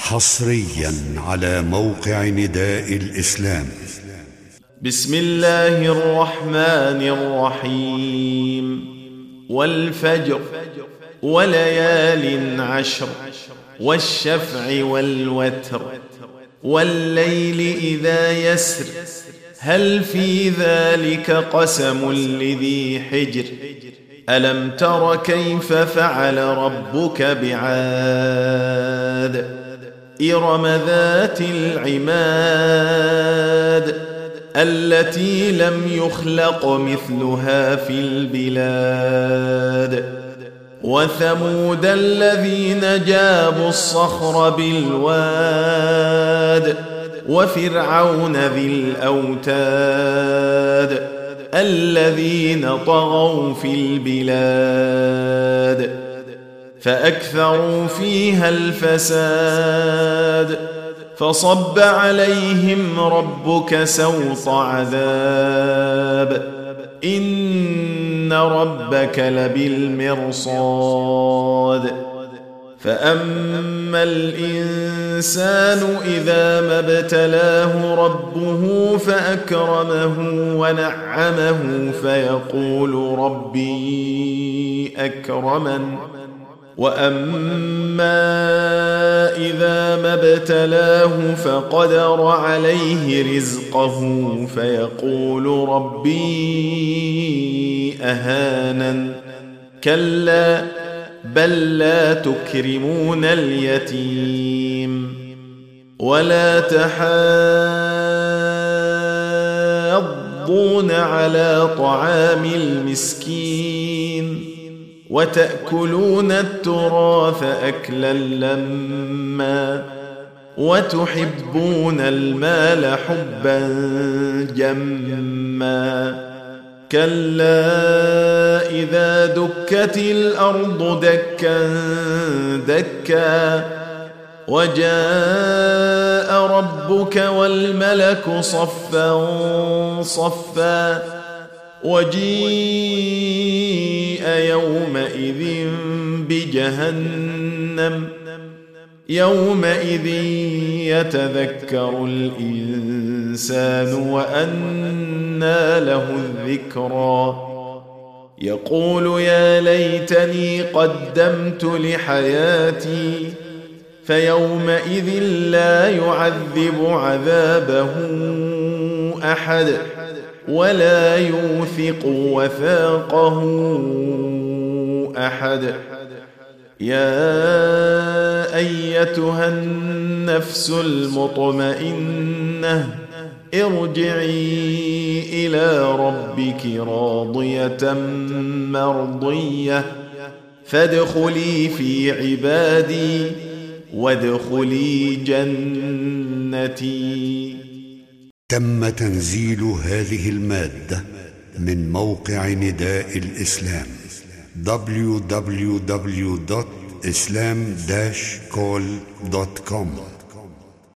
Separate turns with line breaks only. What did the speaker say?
حصريا على موقع نداء الإسلام.
بسم الله الرحمن الرحيم. والفجر وليال عشر والشفع والوتر والليل إذا يسر هل في ذلك قسم لذي حجر ألم تر كيف فعل ربك بعاد إرم ذات العماد التي لم يخلق مثلها في البلاد وثمود الذين جابوا الصخر بالواد وفرعون ذي الأوتاد الذين طغوا في البلاد فأكثروا فيها الفساد فصب عليهم ربك سوط عذاب إن ربك لبالمرصاد فأما الإنسان إذا ما ابتلاه ربه فأكرمه ونعمه فيقول ربي أكرمن وأما إذا ما ابتلاه فقدر عليه رزقه فيقول ربي أهانن كلا بل لا تكرمون اليتيم ولا تحاضون على طعام المسكين وتأكلون التراث أكلا لما وتحبون المال حبا جما كلا إذا دكت الأرض دكا دكا وجاء ربك والملك صفا صفا وجيء يومئذ بجهنم يومئذ يتذكر الإنسان وأنى له الذكرى يقول يا ليتني قدمت لحياتي فيومئذ لا يعذب عذابه أحد ولا يوثق وثاقه أحد يا أيتها النفس المطمئنة ارجعي إلى ربك راضية مرضية فادخلي في عبادي وادخلي جنتي.
تم تنزيل هذه المادة من موقع نداء الإسلام www.islam-call.com